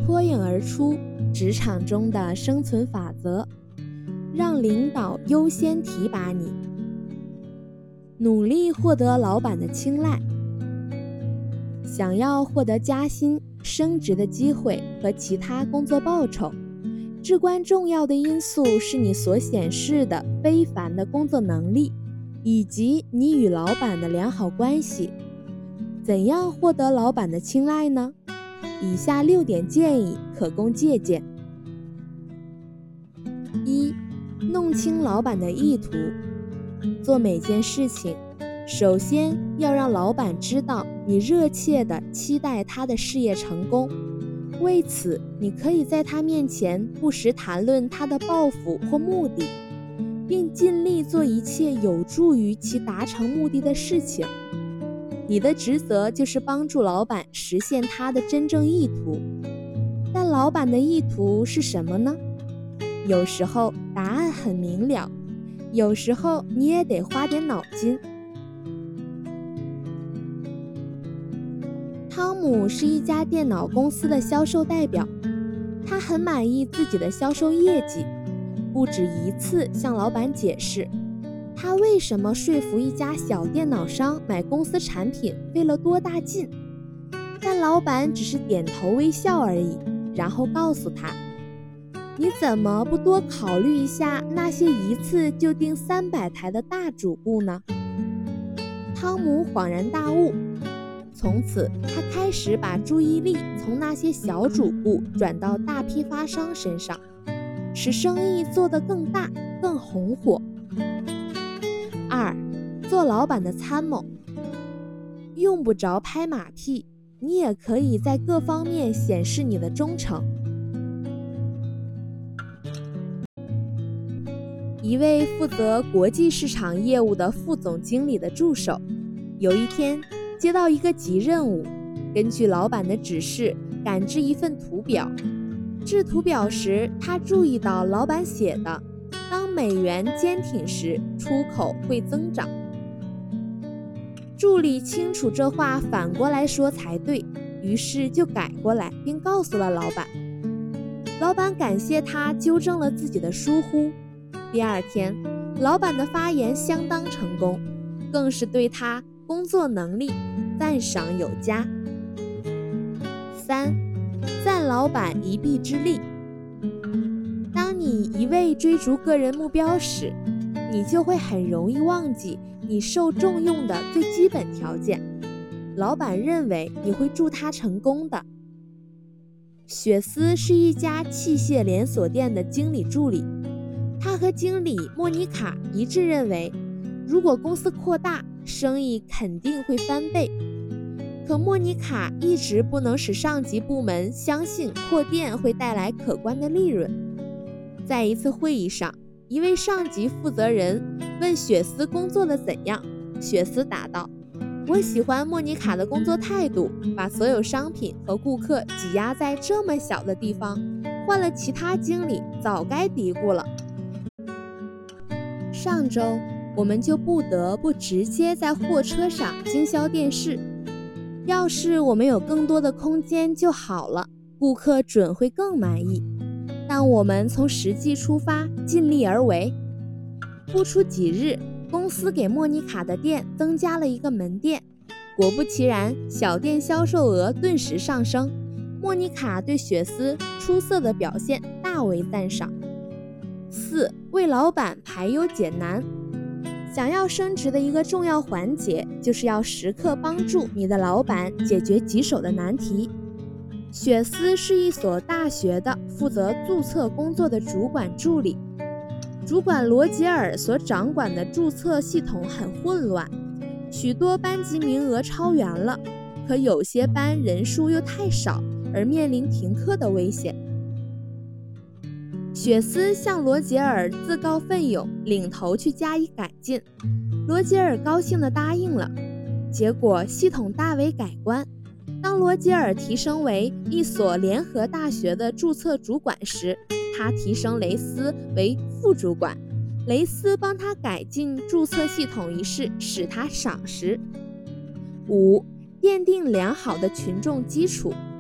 脱颖而出职场中的生存法则，让领导优先提拔你。努力获得老板的青睐。想要获得加薪、升职的机会和其他工作报酬，至关重要的因素是你所显示的非凡的工作能力，以及你与老板的良好关系。怎样获得老板的青睐呢？以下6点建议可供借鉴。1. 弄清老板的意图。做每件事情，首先要让老板知道你热切地期待他的事业成功。为此，你可以在他面前不时谈论他的抱负或目的，并尽力做一切有助于其达成目的的事情。你的职责就是帮助老板实现他的真正意图。但老板的意图是什么呢？有时候答案很明了，有时候你也得花点脑筋。汤姆是一家电脑公司的销售代表，他很满意自己的销售业绩，不止一次向老板解释他为什么说服一家小电脑商买公司产品费了多大劲，但老板只是点头微笑而已，然后告诉他，你怎么不多考虑一下那些一次就订300台的大主顾呢？汤姆恍然大悟，从此他开始把注意力从那些小主顾转到大批发商身上，使生意做得更大更红火。2. 做老板的参谋。用不着拍马屁，你也可以在各方面显示你的忠诚。一位负责国际市场业务的副总经理的助手，有一天接到一个急任务，根据老板的指示赶制一份图表。制图表时，他注意到老板写的，当美元坚挺时，出口会增长。助理清楚这话反过来说才对，于是就改过来，并告诉了老板。老板感谢他纠正了自己的疏忽。第2天，老板的发言相当成功，更是对他工作能力赞赏有加。3. 赞老板一臂之力。当你一味追逐个人目标时，你就会很容易忘记你受重用的最基本条件。老板认为你会助他成功的。雪丝是一家器械连锁店的经理助理，他和经理莫妮卡一致认为，如果公司扩大，生意肯定会翻倍。可莫妮卡一直不能使上级部门相信扩店会带来可观的利润。在一次会议上，一位上级负责人问雪丝工作的怎样，雪丝答道，我喜欢莫妮卡的工作态度，把所有商品和顾客挤压在这么小的地方，换了其他经理早该嘀咕了。上周我们就不得不直接在货车上经销电视，要是我们有更多的空间就好了，顾客准会更满意。但我们从实际出发，尽力而为。不出几日，公司给莫妮卡的店增加了一个门店，果不其然，小店销售额顿时上升。莫妮卡对雪丝出色的表现大为赞赏。4. 为老板排忧解难。想要升职的一个重要环节，就是要时刻帮助你的老板解决棘手的难题。雪丝是一所大学的负责注册工作的主管助理，主管罗杰尔所掌管的注册系统很混乱，许多班级名额超员了，可有些班人数又太少，而面临停课的危险。雪丝向罗杰尔自告奋勇，领头去加以改进。罗杰尔高兴地答应了，结果系统大为改观。当罗杰尔提升为一所联合大学的注册主管时，他提升雷斯为副主管。雷斯帮他改进注册系统一事，使他赏识。5. 奠定良好的群众基础。当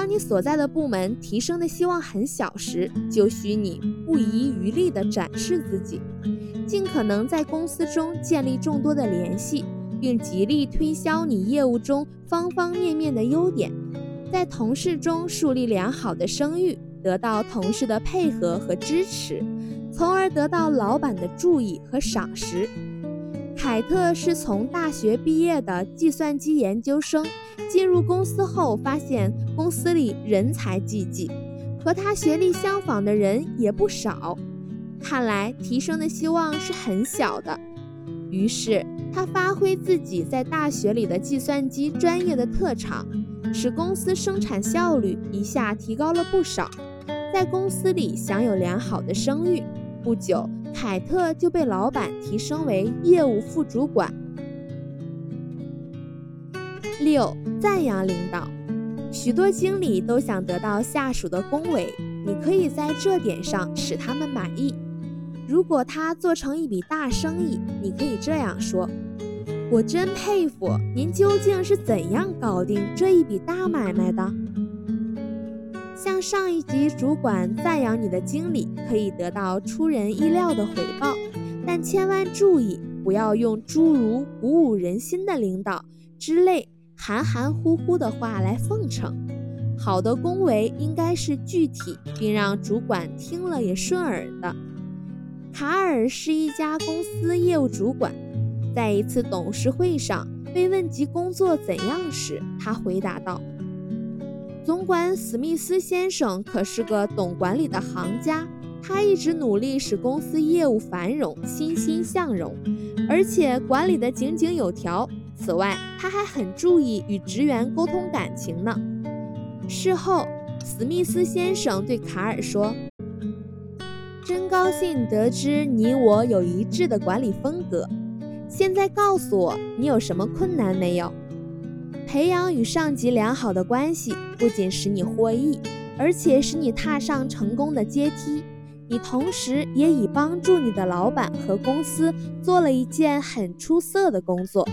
当你所在的部门提升的希望很小时，就需你不遗余力地展示自己，尽可能在公司中建立众多的联系，并极力推销你业务中方方面面的优点，在同事中树立良好的声誉，得到同事的配合和支持，从而得到老板的注意和赏识。凯特是从大学毕业的计算机研究生，进入公司后发现公司里人才济济，和他学历相仿的人也不少，看来提升的希望是很小的。于是他发挥自己在大学里的计算机专业的特长，使公司生产效率一下提高了不少，在公司里享有良好的声誉。不久，凯特就被老板提升为业务副主管。6. 赞扬领导。许多经理都想得到下属的恭维，你可以在这点上使他们满意。如果他做成一笔大生意，你可以这样说：我真佩服您究竟是怎样搞定这一笔大买卖的。向上一级主管赞扬你的经理，可以得到出人意料的回报，但千万注意，不要用诸如鼓舞人心的领导之类含含糊糊的话来奉承。好的恭维应该是具体，并让主管听了也顺耳的。卡尔是一家公司业务主管，在一次董事会上被问及工作怎样时，他回答道：总管史密斯先生可是个懂管理的行家，他一直努力使公司业务繁荣，欣欣向荣，而且管理得井井有条。此外，他还很注意与职员沟通感情呢。事后，史密斯先生对卡尔说：真高兴得知你我有一致的管理风格，现在告诉我，你有什么困难没有？培养与上级良好的关系，不仅使你获益，而且使你踏上成功的阶梯。你同时也已帮助你的老板和公司做了一件很出色的工作。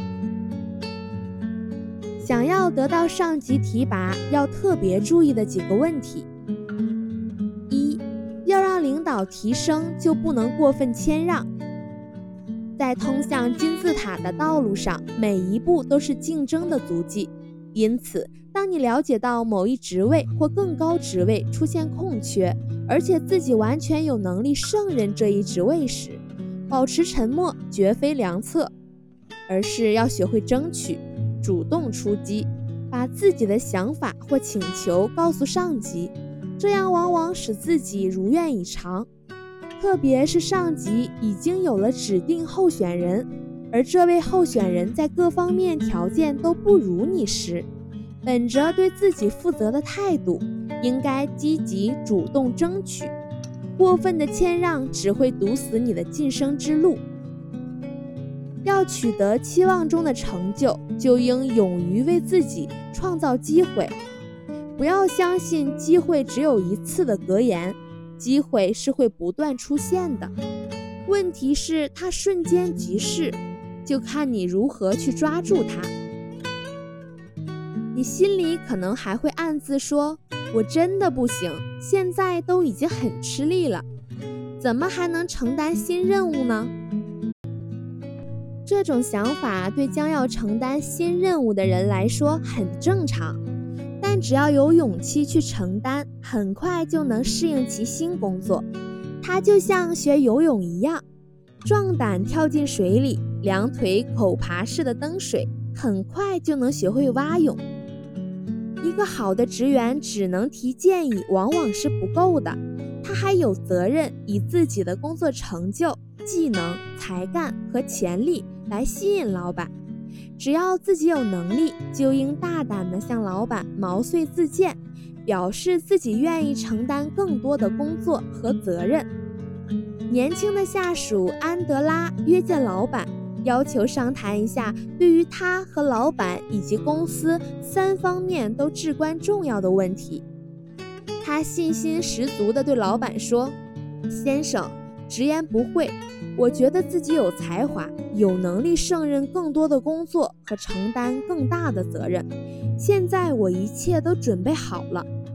想要得到上级提拔，要特别注意的几个问题：一，要让领导提升，就不能过分谦让。在通向金字塔的道路上，每一步都是竞争的足迹。因此，当你了解到某一职位或更高职位出现空缺，而且自己完全有能力胜任这一职位时，保持沉默绝非良策，而是要学会争取，主动出击，把自己的想法或请求告诉上级，这样往往使自己如愿以偿。特别是上级已经有了指定候选人，而这位候选人在各方面条件都不如你时，本着对自己负责的态度，应该积极主动争取。过分的谦让只会堵死你的晋升之路。要取得期望中的成就，就应勇于为自己创造机会。不要相信机会只有一次的格言，机会是会不断出现的，问题是它瞬间即逝，就看你如何去抓住它。你心里可能还会暗自说，我真的不行，现在都已经很吃力了，怎么还能承担新任务呢？这种想法对将要承担新任务的人来说很正常，但只要有勇气去承担，很快就能适应其新工作。它就像学游泳一样，壮胆跳进水里，两腿口爬式的蹬水，很快就能学会蛙泳。一个好的职员只能提建议往往是不够的，他还有责任以自己的工作成就、技能、才干和潜力来吸引老板。只要自己有能力，就应大胆地向老板毛遂自荐，表示自己愿意承担更多的工作和责任。年轻的下属安德拉约见老板，要求商谈一下对于他和老板以及公司3方面都至关重要的问题。他信心十足地对老板说：先生，直言不讳，我觉得自己有才华，有能力胜任更多的工作和承担更大的责任。现在我一切都准备好了，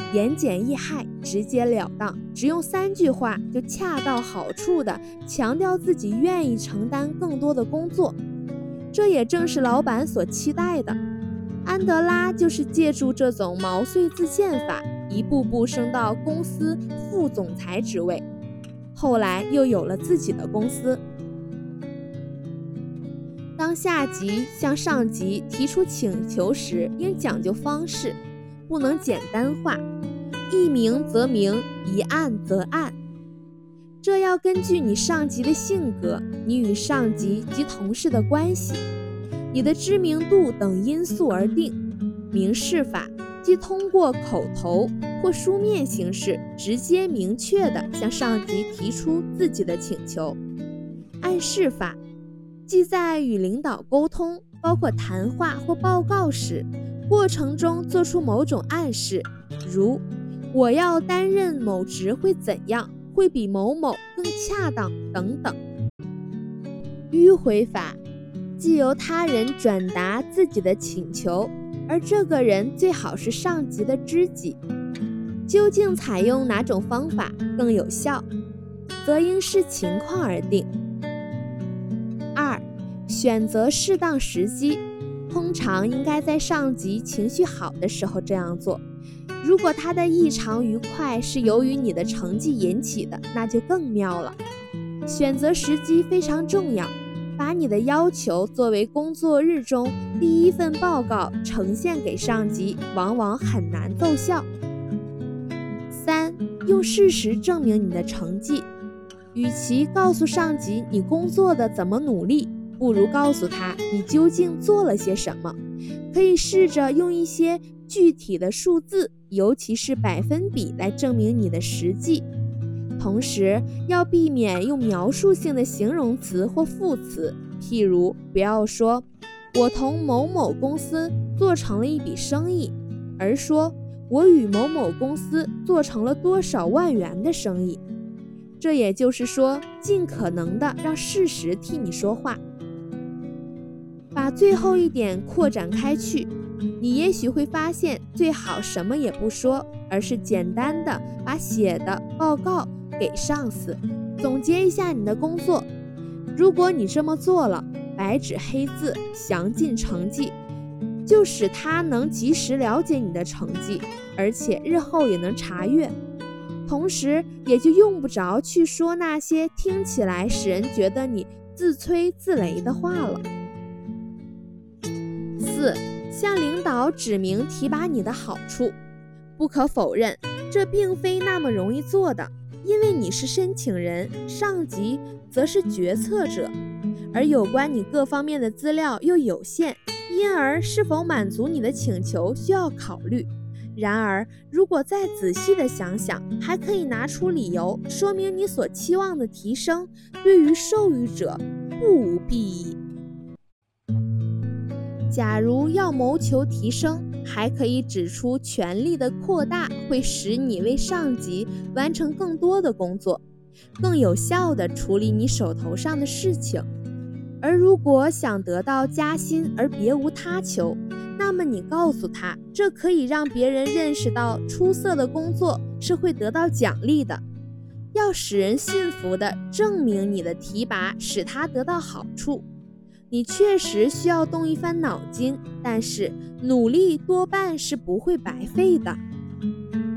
言简意赅，直截了当，只用3句话就恰到好处地强调自己愿意承担更多的工作。这也正是老板所期待的。安德拉就是借助这种毛遂自荐法，一步步升到公司副总裁职位，后来又有了自己的公司。当下级向上级提出请求时，应讲究方式，不能简单化，一明则明，一暗则暗。这要根据你上级的性格，你与上级及同事的关系，你的知名度等因素而定。明示法即通过口头或书面形式直接明确地向上级提出自己的请求。暗示法即在与领导沟通，包括谈话或报告时，过程中做出某种暗示，如我要担任某职会怎样，会比某某更恰当等等。迂回法即由他人转达自己的请求，而这个人最好是上级的知己。究竟采用哪种方法更有效，则应视情况而定。2. 选择适当时机，通常应该在上级情绪好的时候这样做。如果他的异常愉快是由于你的成绩引起的，那就更妙了。选择时机非常重要，把你的要求作为工作日中第一份报告呈现给上级，往往很难奏效。3. 用事实证明你的成绩。与其告诉上级你工作的怎么努力，不如告诉他你究竟做了些什么。可以试着用一些具体的数字，尤其是百分比来证明你的实际。同时要避免用描述性的形容词或副词，譬如不要说我同某某公司做成了一笔生意，而说我与某某公司做成了多少万元的生意。这也就是说，尽可能的让事实替你说话。把最后一点扩展开去，你也许会发现最好什么也不说，而是简单的把写的报告给上司，总结一下你的工作。如果你这么做了，白纸黑字详尽成绩，就使他能及时了解你的成绩，而且日后也能查阅。同时也就用不着去说那些听起来使人觉得你自吹自擂的话了。4. 向领导指明提拔你的好处。不可否认，这并非那么容易做的，因为你是申请人，上级则是决策者，而有关你各方面的资料又有限，因而是否满足你的请求需要考虑。然而，如果再仔细地想想，还可以拿出理由说明你所期望的提升对于授予者不无裨益。假如要谋求提升，还可以指出权力的扩大会使你为上级完成更多的工作，更有效地处理你手头上的事情。而如果想得到加薪而别无他求，那么你告诉他，这可以让别人认识到出色的工作是会得到奖励的。要使人信服地证明你的提拔使他得到好处。你确实需要动一番脑筋，但是努力多半是不会白费的。